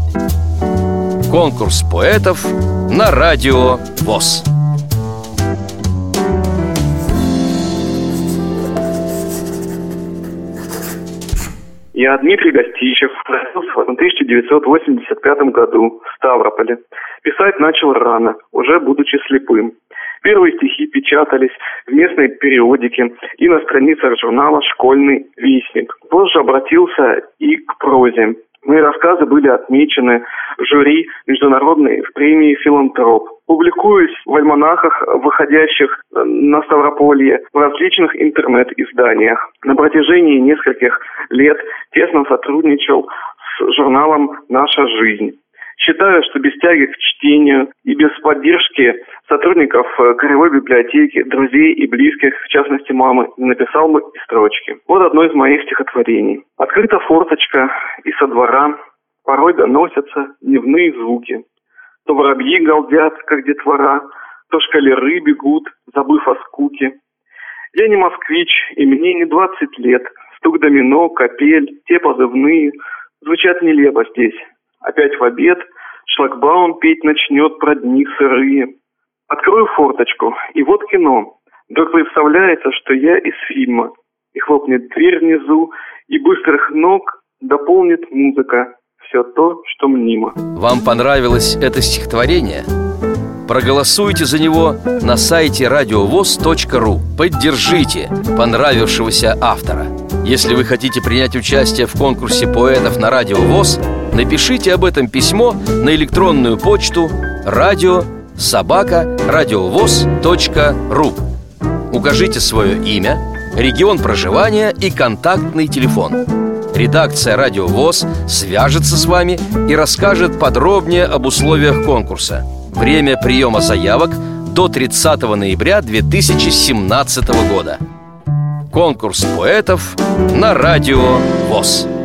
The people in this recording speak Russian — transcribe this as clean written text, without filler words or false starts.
Конкурс поэтов на Радио ВОС. Я Дмитрий Гостищев, родился в 1985 году в Ставрополе. Писать начал рано, уже будучи слепым. Первые стихи печатались в местной периодике и на страницах журнала «Школьный вестник». Позже обратился и к прозе. Мои рассказы были отмечены в жюри международной премии «Филантроп». Публикуюсь в альманахах, выходящих на Ставрополье, в различных интернет-изданиях. На протяжении нескольких лет тесно сотрудничал с журналом «Наша жизнь». Считаю, что без тяги к чтению и без поддержки сотрудников Краевой библиотеки, друзей и близких, в частности мамы, не написал бы и строчки. Вот одно из моих стихотворений. Открыта форточка, и со двора порой доносятся дневные звуки. То воробьи галдят, как детвора, то шкалеры бегут, забыв о скуке. Я не москвич, и мне не 20 лет. Стук домино, капель, те позывные звучат нелепо здесь. Опять в обед шлагбаум петь начнет про дни сырые. Открою форточку, и вот кино. Вдруг представляется, что я из фильма. И хлопнет дверь внизу, и быстрых ног дополнит музыка. Все то, что мнимо. Вам понравилось это стихотворение? Проголосуйте за него на сайте radiovoz.ru. Поддержите понравившегося автора. Если вы хотите принять участие в конкурсе поэтов на Радио ВОС, напишите об этом письмо на электронную почту radio@radiovoz.ru. Укажите свое имя, регион проживания и контактный телефон. Редакция Радио ВОС свяжется с вами и расскажет подробнее об условиях конкурса. Время приема заявок до 30 ноября 2017 года. Конкурс поэтов на Радио ВОС.